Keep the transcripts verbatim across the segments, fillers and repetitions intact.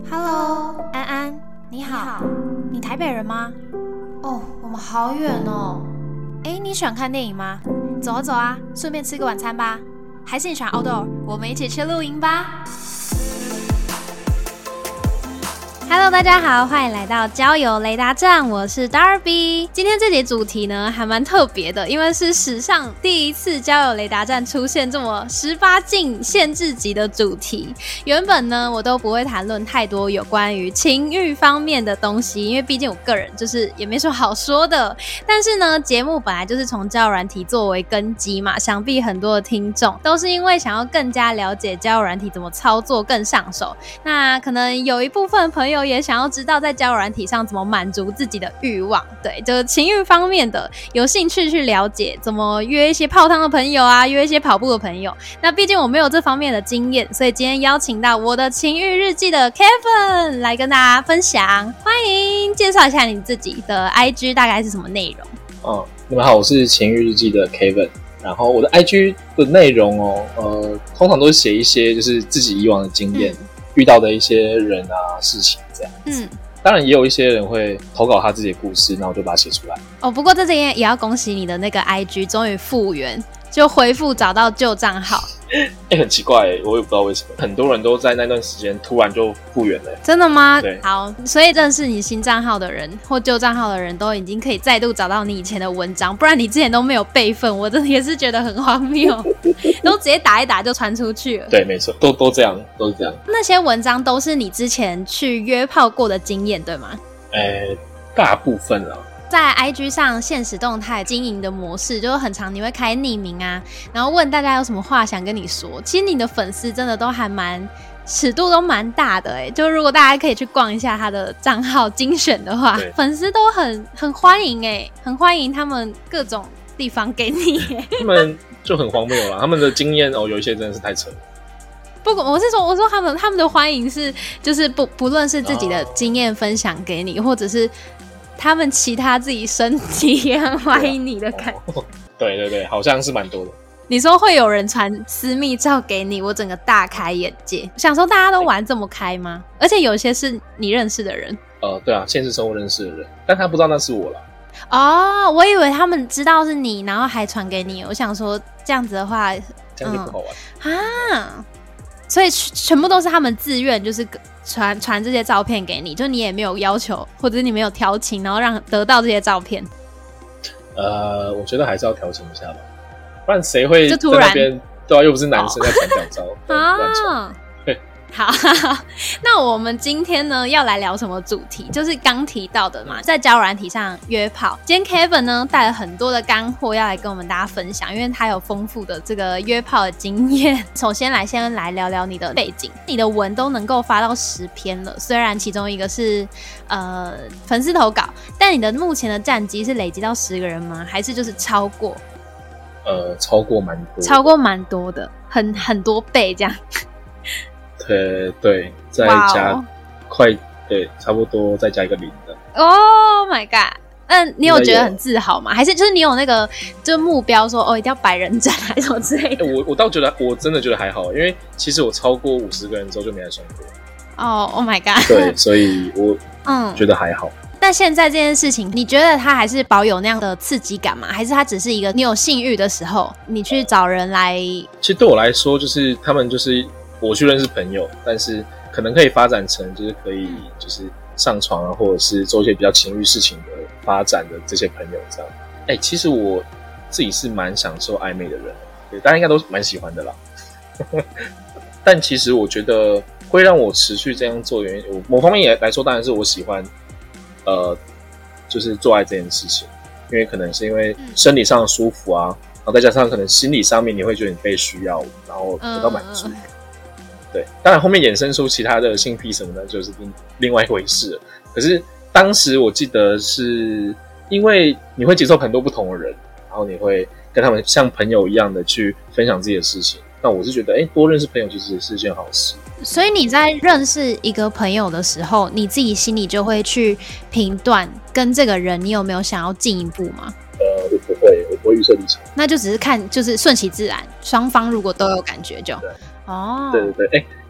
Hello， 安安，你好。你好，你台北人吗？哦，我们好远哦。哎，你喜欢看电影吗？走啊走啊，顺便吃个晚餐吧。还是你喜欢 outdoor？ 我们一起去露营吧。Hello， 大家好，欢迎来到交友雷达站，我是 Darby。今天这集主题呢还蛮特别的，因为是史上第一次交友雷达站出现这么十八禁限制级的主题。原本呢我都不会谈论太多有关于情欲方面的东西，因为毕竟我个人就是也没什么好说的。但是呢节目本来就是从交友软体作为根基嘛，想必很多的听众都是因为想要更加了解交友软体怎么操作更上手，那可能有一部分朋友也想要知道在交友软体上怎么满足自己的欲望，对，就是情欲方面的，有兴趣去了解怎么约一些泡汤的朋友啊，约一些跑步的朋友。那毕竟我没有这方面的经验，所以今天邀请到我的情欲日记的 Kevin 来跟大家分享。欢迎，介绍一下你自己的 I G 大概是什么内容？ 哦，你们好，我是情欲日记的 Kevin。然后我的 I G 的内容哦，呃，通常都是写一些就是自己以往的经验、嗯、遇到的一些人啊、事情这样子。嗯，当然也有一些人会投稿他自己的故事，然后就把它写出来。 哦，不过这边也要恭喜你的那个 I G 终于复原，就恢复找到旧账号。 哎、欸，很奇怪耶，我也不知道为什么，很多人都在那段时间突然就复原了。 真的吗？ 对， 好，所以认识你新账号的人或旧账号的人都已经可以再度找到你以前的文章，不然你之前都没有备份，我真的也是觉得很荒谬，都直接打一打就传出去了。 对，没错，都都这样，都是这样。 那些文章都是你之前去约炮过的经验，对吗？ 呃，大部分啦。 在 I G 上限时动态经营的模式就是很常你会开匿名啊，然后问大家有什么话想跟你说。其实你的粉丝真的都还蛮尺度都蛮大的耶，就如果大家可以去逛一下他的账号精选的话，粉丝都很很欢迎耶，很欢迎他们各种地方给你耶。 他们就很荒谬啦，他们的经验哦，有一些真的是太扯了。 不，我是说，我说他们他们的欢迎是就是不不论是自己的经验分享给你，或者是他们其他自己身体也很欢迎你的感觉。 对对对，好像是蛮多的。 你说会有人传私密照给你，我整个大开眼界。想说大家都玩这么开吗？而且有些是你认识的人。 呃，对啊，现实生活认识的人，但他不知道那是我啦。 哦，我以为他们知道是你，然后还传给你。我想说这样子的话， 这样就不好玩、 嗯、啊。所以全部都是他们自愿，就是传传这些照片给你，就你也没有要求，或者是你没有调情，然后让得到这些照片。 呃，我觉得还是要调情一下吧，不然谁会在那边？对啊，又不是男生在传屌照，乱传。 好，那我们今天呢要来聊什么主题？就是刚提到的嘛，在交友软体上约炮。今天 Kevin 呢带了很多的干货要来跟我们大家分享，因为他有丰富的这个约炮的经验。首先来先来聊聊你的背景，你的文都能够发到十篇了，虽然其中一个是呃粉丝投稿，但你的目前的战绩是累积到十个人吗？还是就是超过？ 呃，超过蛮多的， 超过蛮多的，很很多倍这样。 对对，再加、wow. 快对，差不多再加一个零的。 Oh my god！ 那你有觉得很自豪吗？还是就是你有那个就目标说哦一定要百人斩还是什么之类的？ 欸、我我倒觉得我真的觉得还好，因为其实我超过五十个人之后就没再算过。 哦、oh, Oh my god！ 对，所以我嗯觉得还好。 那现在这件事情，你觉得它还是保有那样的刺激感吗？还是它只是一个你有性欲的时候，你去找人来？ 其实对我来说，就是他们就是。我去认识朋友，但是可能可以发展成就是可以就是上床啊，或者是做一些比较情欲事情的发展的这些朋友这样。哎、欸，其实我自己是蛮享受暧昧的人，对，大家应该都蛮喜欢的啦。但其实我觉得会让我持续这样做的原因，某方面也来说，当然是我喜欢呃，就是做爱这件事情，因为可能是因为生理上的舒服啊，然后再加上可能心理上面你会觉得你被需要，然后得到满足。嗯对，当然后面衍生出其他的性癖什么的，就是另外一回事了。可是当时我记得是因为你会接受很多不同的人，然后你会跟他们像朋友一样的去分享自己的事情。那我是觉得，哎，多认识朋友其实是件好事。 所以你在认识一个朋友的时候，你自己心里就会去评断跟这个人你有没有想要进一步吗？ 呃，我不会，我不会预设立场。 那就只是看，就是顺其自然，双方如果都有感觉就。 对哦， 对对对，哎，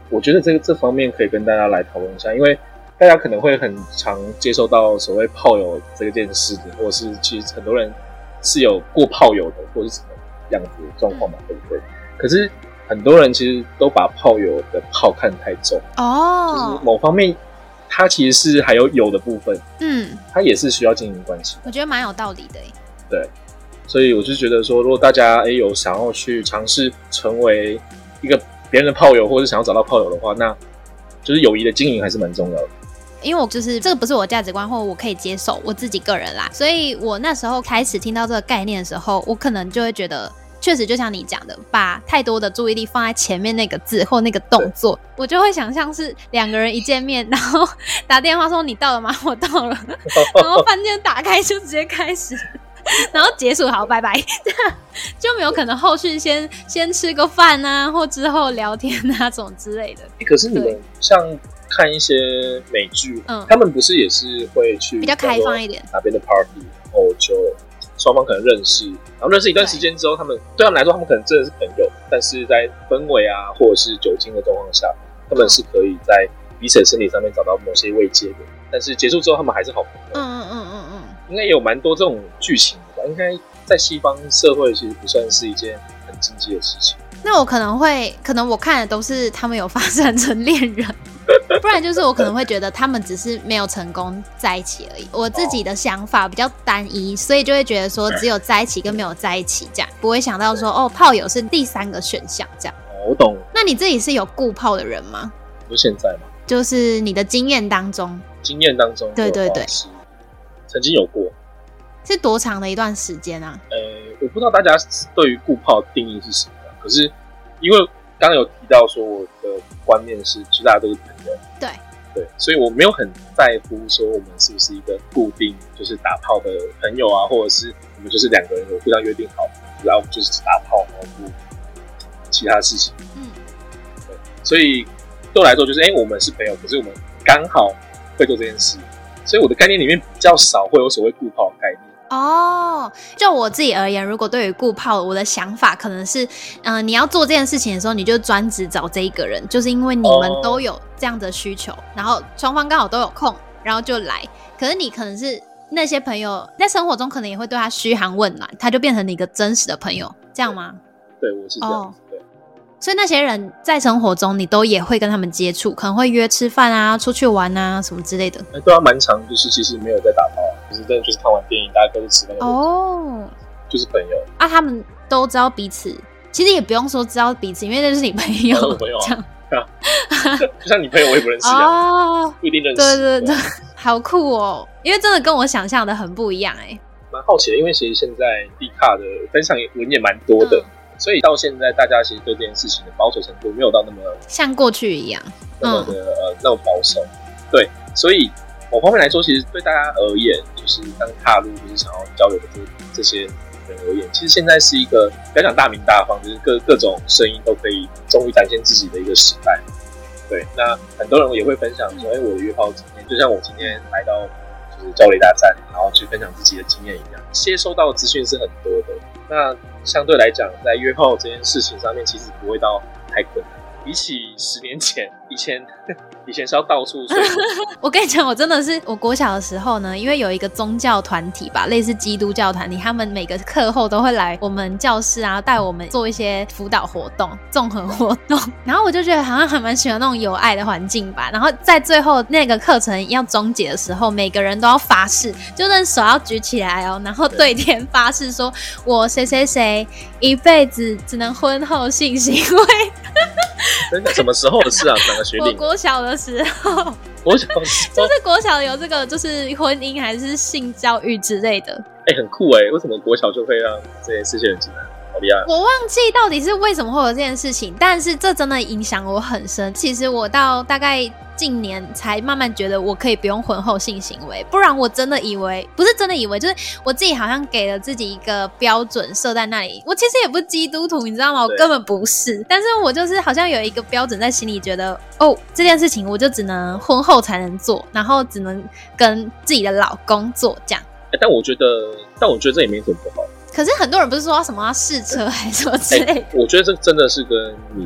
我觉得这个这方面可以跟大家来讨论一下，因为大家可能会很常接受到所谓炮友这件事的，或者是其实很多人是有过炮友的，或者是什么样子的状况嘛，对不对？可是很多人其实都把炮友的炮看太重哦，就是某方面它其实是还有有的部分，嗯，它也是需要经营关系。 我觉得蛮有道理的耶。 对，所以我就觉得说，如果大家诶有想要去尝试成为一个别人的炮友，或者想要找到炮友的话，那就是友谊的经营还是蛮重要的。 因为我就是这个不是我价值观，或我可以接受我自己个人啦，所以我那时候开始听到这个概念的时候，我可能就会觉得。确实就像你讲的，把太多的注意力放在前面那个字或那个动作，我就会想象是两个人一见面，然后打电话说你到了吗？我到了，然后饭店打开就直接开始，然后结束好拜拜，就没有可能后续先先吃个饭啊，或之后聊天啊这种之类的。 可是你们像看一些美剧，嗯，他们不是也是会去比较开放一点哪边的 party， 然后就双方可能认识，然后认识一段时间之后，他们对他们来说，他们可能真的是朋友，但是在氛围啊，或者是酒精的状况下，他们是可以在彼此的身体上面找到某些慰藉的。但是结束之后，他们还是好朋友。嗯嗯嗯嗯，应该也有蛮多这种剧情的吧？应该在西方社会其实不算是一件很禁忌的事情。 那我可能会，可能我看的都是他们有发展成恋人。不然就是我可能会觉得他们只是没有成功在一起而已。我自己的想法比较单一，所以就会觉得说只有在一起跟没有在一起这样，不会想到说哦炮友是第三个选项这样。 哦，我懂。 那你自己是有固炮的人吗？ 就现在吗？ 就是你的经验当中。 经验当中， 对对对， 曾经有过。 是多长的一段时间啊？ 呃，我不知道大家对于固炮的定义是什么，可是因为刚刚有提到说我的观念是，其实大家都是朋友， 对对，所以我没有很在乎说我们是不是一个固定就是打炮的朋友啊，或者是我们就是两个人有互相约定好，然后我们就是只打炮，然后不其他事情。嗯，对，所以对我来说就是，哎、欸，我们是朋友，可是我们刚好会做这件事，所以我的概念里面比较少会有所谓固炮的概念。 哦，就我自己而言，如果对于固炮，我的想法可能是，嗯、呃，你要做这件事情的时候，你就专职找这一个人，就是因为你们都有这样的需求，然后双方刚好都有空，然后就来。可是你可能是那些朋友在生活中可能也会对他嘘寒问暖，他就变成你一个真实的朋友，这样吗？ 对，我是这样子。哦，对。 所以那些人在生活中，你都也会跟他们接触，可能会约吃饭啊、出去玩啊什么之类的。 欸、对啊，蛮长，就是其实没有在打炮，就是真的就是看完电影，大家各自吃饭哦，就是朋友啊。他们都知道彼此，其实也不用说知道彼此，因为那就是你朋友， 哦、朋友啊，这样啊，就像你朋友我也不认识啊，哦，不一定认识。 对对对，好酷哦，因为真的跟我想象的很不一样哎、欸。 蛮好奇的，因为其实现在 D 卡的分享文也蛮多的。嗯，所以到现在，大家其实对这件事情的保守程度没有到那么像过去一样， 那么的、嗯、呃那么保守。对，所以某方面来说，其实对大家而言，就是刚踏入就是想要交流的这这些人而言，其实现在是一个不要讲大名大放，就是各各种声音都可以终于展现自己的一个时代。对，那很多人也会分享说，哎、欸，我的约炮经验，就像我今天来到就是交流大站，然后去分享自己的经验一样，接收到的资讯是很多的。那相对来讲，在约炮这件事情上面，其实不会到太困难。比起十年前，以前以前是要到处睡。 我跟你讲，我真的是我国小的时候呢，因为有一个宗教团体吧，类似基督教团体，他们每个课后都会来我们教室啊，带我们做一些辅导活动、综合活动。然后我就觉得好像还蛮喜欢那种有爱的环境吧。然后在最后那个课程要终结的时候，每个人都要发誓，就是手要举起来哦，然后对天发誓说，我谁谁谁一辈子只能婚后性行为。 真的什么时候的事啊？哪个学历？ 我国小的时候。 国小的时候就是国小有这个，就是婚姻还是性教育之类的。 哎、欸，很酷哎、欸！为什么国小就会让这些事情很进来？好厉害！ 我忘记到底是为什么会有这件事情，但是这真的影响我很深。其实我到大概近年才慢慢觉得我可以不用婚后性行为，不然我真的以为，不是真的以为，就是我自己好像给了自己一个标准设在那里。我其实也不是基督徒，你知道吗？我根本不是，但是我就是好像有一个标准在心里，觉得哦，这件事情我就只能婚后才能做，然后只能跟自己的老公做这样。 欸、但我觉得，但我觉得这也没什么不好。 可是很多人不是说什么要试车还是什么之类的、欸？ 我觉得这真的是跟你的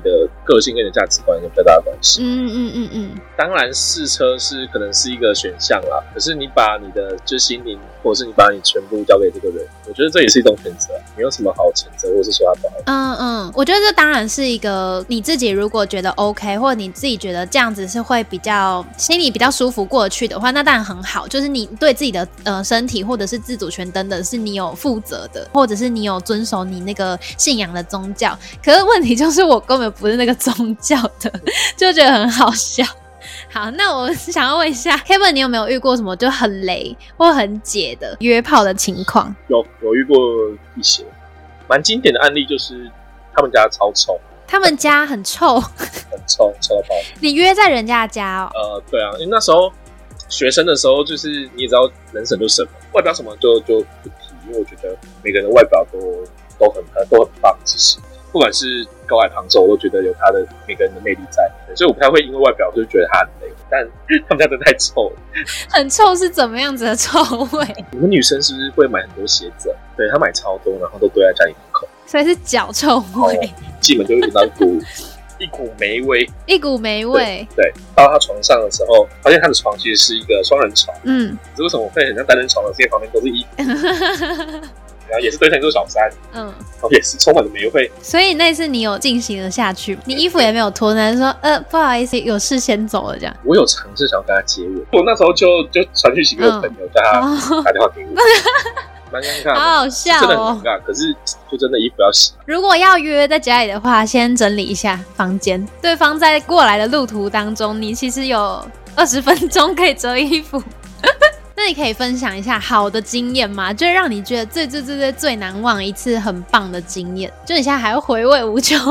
个性跟你的价值观有比较大的关系。 嗯嗯嗯嗯， 当然试车是可能是一个选项啦，可是你把你的就心灵，或者是你把你全部交给这个人，我觉得这也是一种选择，没有什么好谴责或是说他不好。 嗯嗯，我觉得这当然是一个你自己如果觉得 OK， 或者你自己觉得这样子是会比较心里比较舒服过去的话，那当然很好，就是你对自己的呃身体或者是自主权等等是你有负责的，或者是你有遵守你那个信仰的宗教。可是问题就是我根本不是那个宗教的，就觉得很好笑。好，那我想要问一下 Kevin， 你有没有遇过什么就很雷或很解的约炮的情况？ 有有遇过一些，蛮经典的案例就是他们家超臭， 他们家很臭， 很臭，臭到爆。 你约在人家家哦？ 呃，对啊，因为那时候学生的时候，就是你也知道能省就省嘛，外表什么就就不提，因为我觉得每个人的外表都都很都很棒，其实不管是高矮胖瘦，我都觉得有他的每个人的魅力在，所以我不太会因为外表就觉得他很累。但他们家真的太臭了。 很臭是怎么样子的臭味？ 你们女生是不是会买很多鞋子？对，她买超多，然后都堆在家里门口， 所以是脚臭味。 哦、进门就会闻到一股一股霉味， 一股霉味。 对，对，到她床上的时候，发现她的床其实是一个双人床。 嗯， 可是为什么我会很像单人床呢？因为旁边都是衣服。然后也是堆成一座小山，嗯，然后也是充满了霉味。 所以那次你有进行了下去，你衣服也没有脱，那就说呃不好意思，有事先走了这样。 我有尝试想要跟他接吻，我那时候就就传讯息给我朋友，叫、嗯、他打电话给我，蛮尴尬的， 好好笑哦， 真的很尴尬。可是就真的衣服要洗。 如果要约在家里的话，先整理一下房间。对方在过来的路途当中，你其实有二十分钟可以折衣服。那你可以分享一下好的经验吗？就是让你觉得最最最最最难忘一次很棒的经验，就你现在还会回味无穷。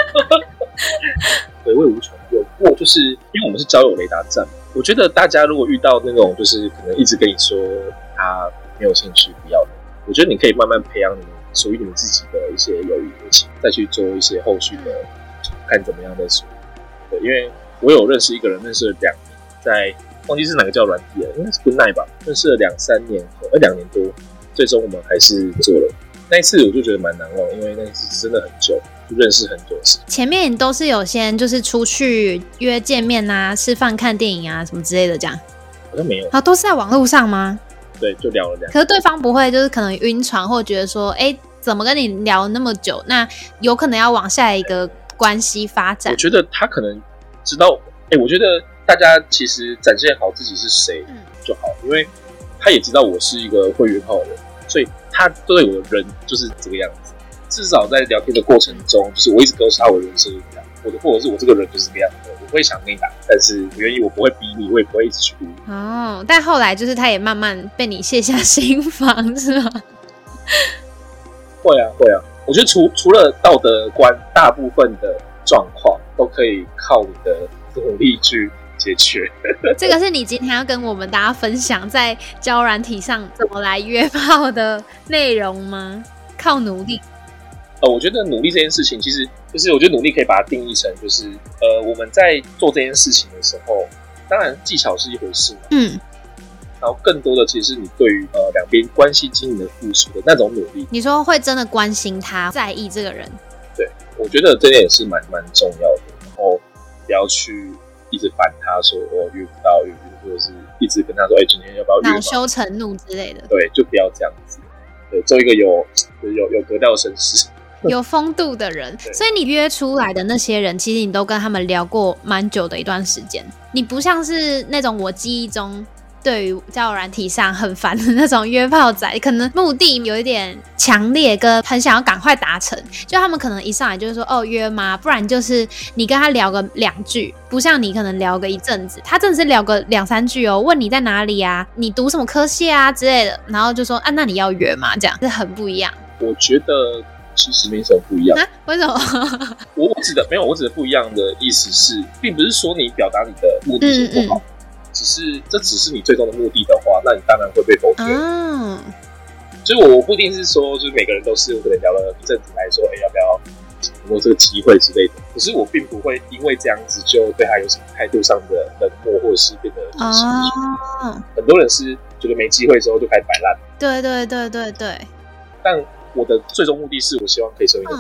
回味无穷，有过就是因为我们是交友雷达站，我觉得大家如果遇到那种就是可能一直跟你说他没有兴趣不要的，我觉得你可以慢慢培养你属于你们自己的一些友谊友情，再去做一些后续的看怎么样再说。对，因为我有认识一个人，认识了两年，在忘记是哪个叫软体了，应该是 Good Night 吧，认识了两三年后，呃两年多，最终我们还是做了。那一次我就觉得蛮难忘，因为那一次真的很久，就认识很久的事。 前面都是有先就是出去约见面啊、吃饭、看电影啊什么之类的，这样好像没有。 啊，都是在网络上吗？ 对，就聊了两。 可是对方不会就是可能晕船，或者觉得说，哎，怎么跟你聊那么久？那有可能要往下一个关系发展。 我觉得他可能知道，哎，我觉得。大家其实展现好自己是谁就好，因为他也知道我是一个会约炮的人，所以他对我的人就是这个样子。至少在聊天的过程中，就是我一直告诉他我的人生是这样，我的或者是我这个人就是这个样子，我会想跟你打，但是我愿意，我不会逼你，我也不会一直去逼你。 哦，但后来就是他也慢慢被你卸下心防，是吗？ 会啊，会啊。我觉得除除了道德观，大部分的状况都可以靠你的努力去解决。 这个是你今天要跟我们大家分享在交友软体上怎么来约炮的内容吗？靠努力。 呃，我觉得努力这件事情，其实就是我觉得努力可以把它定义成，就是呃我们在做这件事情的时候，当然技巧是一回事嘛，嗯，然后更多的其实是你对于呃两边关系经营的付出的那种努力。 你说会真的关心他，在意这个人？ 对，我觉得这点也是蛮蛮重要的，然后不要去一直烦他说我、哦、约不到约不到，或者是一直跟他说哎、欸、今天要不要约嘛， 恼羞成怒之类的。 对，就不要这样子。对，做一个有有有格调的绅士。 有风度的人，所以你约出来的那些人，其实你都跟他们聊过蛮久的一段时间。你不像是那种我记忆中对于交友软体上很烦的那种约炮仔，可能目的有一点强烈，跟很想要赶快达成。就他们可能一上来就是说哦约吗？不然就是你跟他聊个两句，不像你可能聊个一阵子，他真的是聊个两三句哦，问你在哪里啊，你读什么科系啊之类的，然后就说啊那你要约吗？这样是很不一样。 我觉得。其实没什么不一样、啊、 为什么？ 我我指的没有，我指的不一样的意思是，并不是说你表达你的目的性不好，嗯嗯，只是这只是你最终的目的的话，那你当然会被否决。嗯，所以我我不一定是说，就是每个人都是我可能聊了一阵子来说，哎、欸，要不要有没有这个机会之类的。可是我并不会因为这样子就对他有什么态度上的冷漠，或者是变得很生气。哦，很多人是觉得没机会之后就开始摆烂。 对对对对对。 但我的最终目的是我希望可以成为你的朋友、嗯、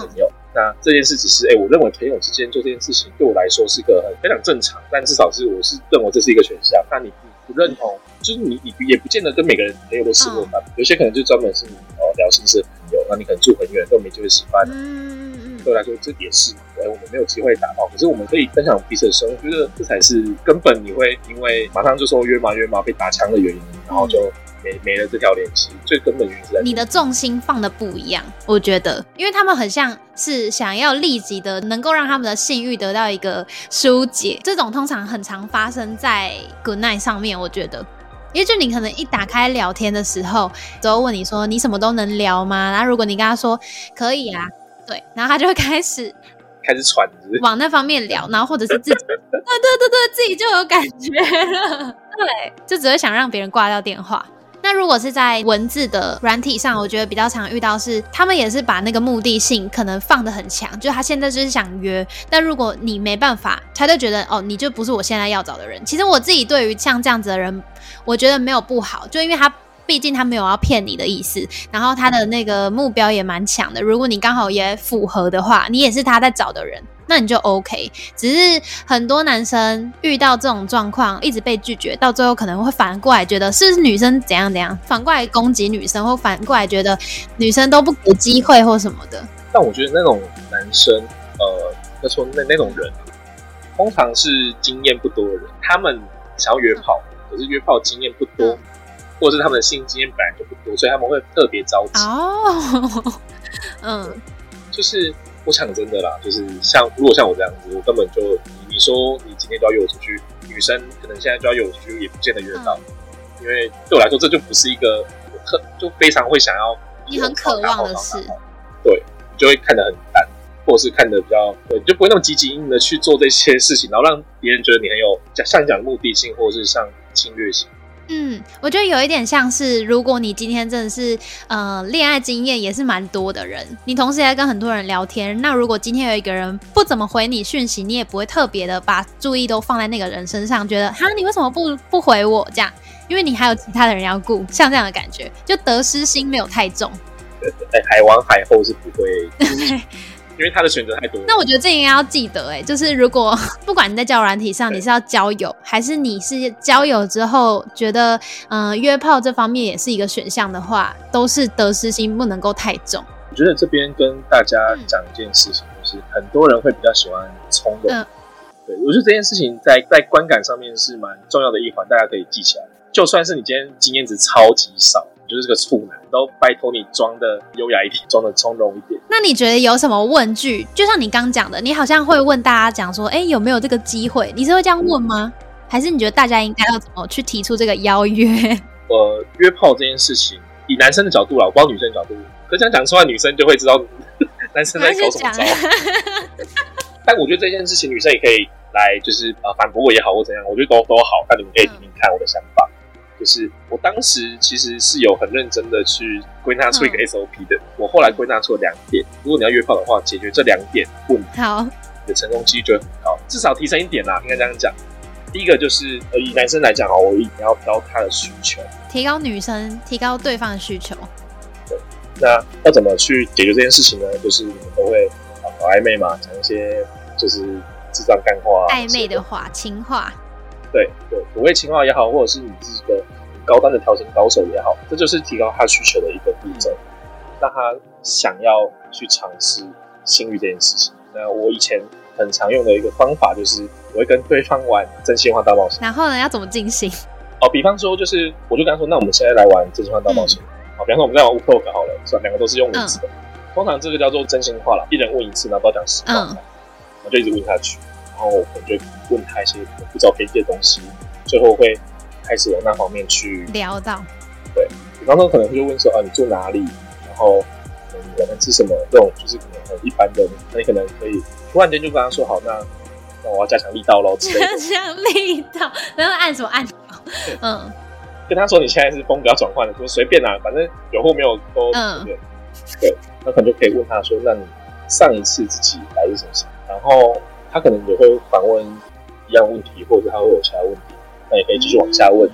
那这件事只是，哎、欸，我认为朋友之间做这件事情对我来说是个很非常正常，但至少是我是认为这是一个选项。那你不不认同，就是你你也不见得跟每个人朋友都适合吧、嗯，有些可能就专门是你哦聊心事的朋友，那你可能住很远，都没机会吃饭。嗯嗯对我来说这也是，对我们没有机会打炮，可是我们可以分享彼此的生活，我觉得这才是根本。你会因为马上就说约吗约吗被打枪的原因，然后就。嗯没没了这条联系，最根本原因是在你的重心放的不一样，我觉得，因为他们很像是想要立即的能够让他们的性欲得到一个疏解，这种通常很常发生在 Good Night 上面，我觉得。因为就你可能一打开聊天的时候，都会问你说你什么都能聊吗？然后如果你跟他说可以啊，对，然后他就会开始开始喘是不是往那方面聊，然后或者是自己，对对对对，自己就有感觉了，对，就只会想让别人挂掉电话。那如果是在文字的软体上，我觉得比较常遇到是他们也是把那个目的性可能放得很强，就他现在就是想约，但如果你没办法，他就觉得哦你就不是我现在要找的人。其实我自己对于像这样子的人，我觉得没有不好，就因为他毕竟他没有要骗你的意思，然后他的那个目标也蛮强的，如果你刚好也符合的话，你也是他在找的人，那你就 OK。 只是很多男生遇到这种状况一直被拒绝，到最后可能会反过来觉得是女生怎样怎样，反过来攻击女生，或反过来觉得女生都不给机会或什么的。 但我觉得那种男生呃，要说 那, 那种人通常是经验不多的人，他们想要约炮、嗯、可是约炮经验不多、嗯，或者是他们的性经验本来就不多，所以他们会特别着急。哦，嗯，就是我讲真的啦，就是像如果像我这样子，我根本就你说你今天都要约我出去，女生可能现在就要约我出去，也不见得约得到、嗯，因为对我来说这就不是一个我特就非常会想要你很渴望的事， 对，你就会看得很淡，或者是看得比较，对，你就不会那么积极硬的去做这些事情，然后让别人觉得你很有像你讲的目的性，或者是像侵略性。 嗯，我觉得有一点像是，如果你今天真的是呃恋爱经验也是蛮多的人，你同时也跟很多人聊天，那如果今天有一个人不怎么回你讯息，你也不会特别的把注意都放在那个人身上，觉得哈你为什么不不回我这样，因为你还有其他的人要顾，像这样的感觉，就得失心没有太重。 对对，海王海后是不会。因为他的选择太多了。 那我觉得这应该要记得、欸、就是如果不管你在交友软体上你是要交友，还是你是交友之后觉得、呃、约炮这方面也是一个选项的话，都是得失心不能够太重。 我觉得这边跟大家讲一件事情，就是很多人会比较喜欢冲动、嗯、对，我觉得这件事情在在观感上面是蛮重要的一环，大家可以记起来。就算是你今天经验值超级少，就是个处男，都拜托你装的优雅一点，装的从容一点。 那你觉得有什么问句？就像你刚讲的，你好像会问大家讲说，哎、欸，有没有这个机会？你是会这样问吗？还是你觉得大家应该要怎么去提出这个邀约？ 呃，约炮这件事情，以男生的角度啦，我不知道女生的角度，可是这样讲出来，女生就会知道男生在搞什么招。但我觉得这件事情，女生也可以来，就是呃反驳我也好，或怎样，我觉得都都好。那你们可以听听看我的想法。就是我当时其实是有很认真的去归纳出一个 S O P 的、嗯、我后来归纳出了两点，如果你要约炮的话，解决这两点问题，好，你的成功几率就会很高，至少提升一点啦，应该这样讲。第一个就是呃以男生来讲，我一定要挑他的需求， 提高女生，提高对方的需求。 对，那要怎么去解决这件事情呢？就是你们都会搞暧昧嘛，讲一些就是智障干话、啊、 暧昧的话，情话。 对对，所谓情话也好，或者是你是个高端的调情高手也好，这就是提高他需求的一个步骤，让他想要去尝试性欲这件事情。那我以前很常用的一个方法就是，我会跟对方玩真心话大冒险。 然后呢，要怎么进行？ 哦，比方说就是，我就跟他说，那我们现在来玩真心话大冒险。嗯、好，比方说我们在玩 Woodtalk 好了，是吧？两个都是用文字的、嗯，通常这个叫做真心话啦，一人问一次，然后都要讲实话，嗯，我就一直问下去。然后我可能就问他一些不着边际的东西，最后会开始往那方面去聊到。 对，比方说可能就问说啊，你住哪里？然后你晚上吃什么？这种就是可能很一般的，那你可能可以突然间就跟他说好，那那我要加强力道咯之类的。 加强力道，然后按什么按钮？嗯， 跟他说你现在是风格要转换的，就随便啦，反正有或没有都随便。嗯、对，那可能就可以问他说，那你上一次自己来是什么事？然后他可能也会反问一样问题，或者他会有其他问题，那也可以继续往下问。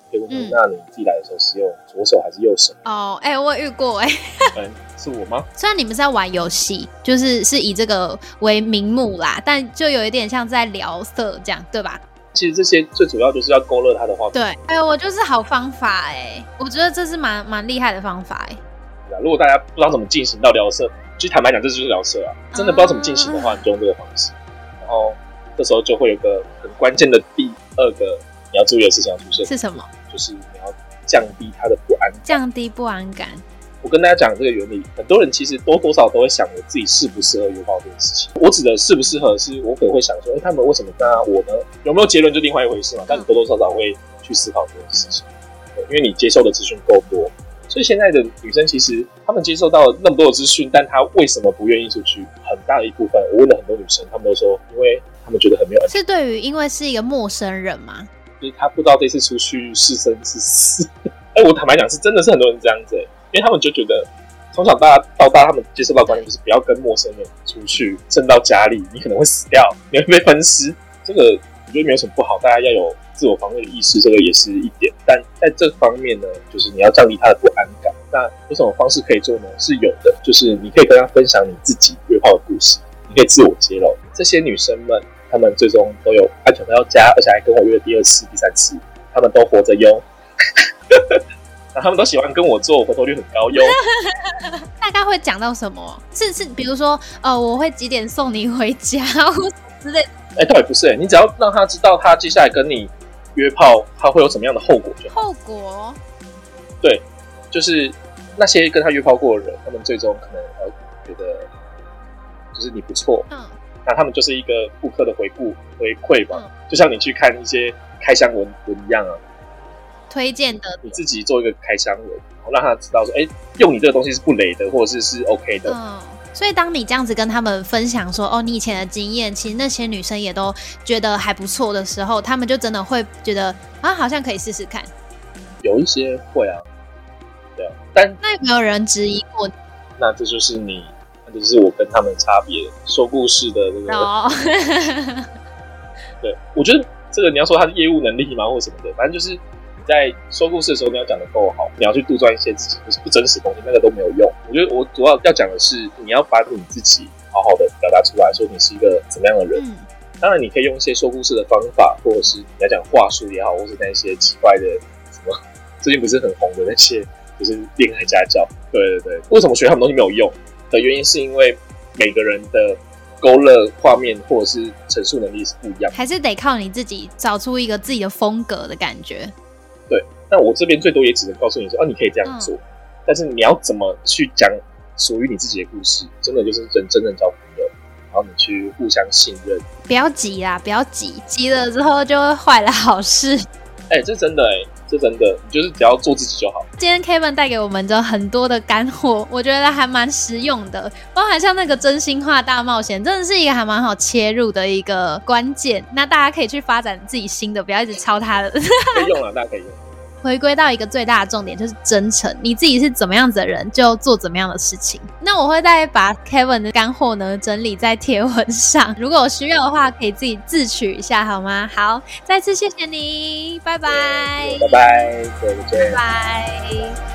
可以问说、 嗯、 那你自己来的时候是用左手还是右手？ 哦，哎、欸，我遇过哎、 欸，嗯，是我吗？ 虽然你们是在玩游戏，就是是以这个为名目啦，但就有一点像在聊色这样，对吧？ 其实这些最主要就是要勾勒他的画面。 对，哎、欸，我就是好方法哎、欸，我觉得这是蛮蛮厉害的方法哎、 欸。如果大家不知道怎么进行到聊色，就坦白讲，这就是聊色啊。真的不知道怎么进行的话，嗯、你就用这个方式。然后这时候就会有个很关键的第二个你要注意的事情要出现， 是什么？ 就是你要降低他的不安感。 降低不安感。 我跟大家讲这个原理，很多人其实多多少少都会想我自己适不适合约炮这件事情。我指的适不适合，是我可能会想说，哎、欸，他们为什么那我呢？有没有结论就另外一回事嘛。但你多多少少会去思考这件事情，对，因为你接受的资讯够多，所以现在的女生其实她们接受到了那么多的资讯，但她为什么不愿意出去？很大的一部分，我问了很多女生，她们都说，因为她们觉得很没有安全感。 是对于因为是一个陌生人吗？ 就是她不知道这次出去是生是死。哎，我坦白讲，是真的是很多人这样子、欸，因为他们就觉得。从小大到大，他们接受到的观念就是不要跟陌生人出去，甚到家里，你可能会死掉，你会被分尸。这个我觉得没有什么不好，大家要有自我防卫的意识，这个也是一点。但在这方面呢，就是你要降低他的不安感。那有什么方式可以做呢？是有的，就是你可以跟他分享你自己约炮的故事，你可以自我揭露。这些女生们，她们最终都有安全到家，而且还跟我约了第二次、第三次，她们都活着哟。那他们都喜欢跟我做，回头率很高哟。 大概会讲到什么？是是，比如说，呃，我会几点送你回家或之类的。 哎、欸，倒也不是哎、欸，你只要让他知道他接下来跟你约炮，他会有什么样的后果就好。 后果？ 对，就是那些跟他约炮过的人，他们最终可能呃觉得就是你不错，嗯，那他们就是一个顾客的回顾回馈嘛、嗯，就像你去看一些开箱文文一样啊。 推荐的， 你自己做一个开箱文，然后让他知道说，哎、欸，用你这个东西是不雷的，或者是是 OK 的。 嗯，所以当你这样子跟他们分享说，哦，你以前的经验，其实那些女生也都觉得还不错的时候，他们就真的会觉得啊，好像可以试试看。 有一些会啊，对啊，但那有没有人质疑过？ 那这就是你，那就是我跟他们差别，说故事的这个。哦、对，我觉得这个你要说他是业务能力吗，或什么的，反正就是。在说故事的时候，你要讲得够好，你要去杜撰一些自己就是不真实的东西，那个都没有用。我觉得我主要要讲的是，你要把你自己好好的表达出来，说你是一个怎么样的人。嗯、当然，你可以用一些说故事的方法，或者是你要讲话术也好，或是那些奇怪的什么，最近不是很红的那些，就是恋爱家教。对对对，为什么学他们东西没有用的原因，是因为每个人的勾勒画面或者是陈述能力是不一样的， 还是得靠你自己找出一个自己的风格的感觉。 对，那我这边最多也只能告诉你说，哦、啊，你可以这样做、嗯，但是你要怎么去讲属于你自己的故事，真的就是人真正交朋友，然后你去互相信任。 不要急啦，不要急，急了之后就会坏了好事。 哎、欸，这真的哎、欸，这真的，你就是只要做自己就好。 今天 Kevin 带给我们就很多的干货，我觉得还蛮实用的，包含像那个真心话大冒险，真的是一个还蛮好切入的一个关键。那大家可以去发展自己新的，不要一直抄他的。可以用了，大家可以用。 回归到一个最大的重点，就是真诚。你自己是怎么样子的人，就做怎么样的事情。那我会再把 Kevin 的干货呢整理在贴文上，如果有需要的话，可以自己自取一下，好吗？好，再次谢谢你，拜拜， 拜拜，再见， 拜拜。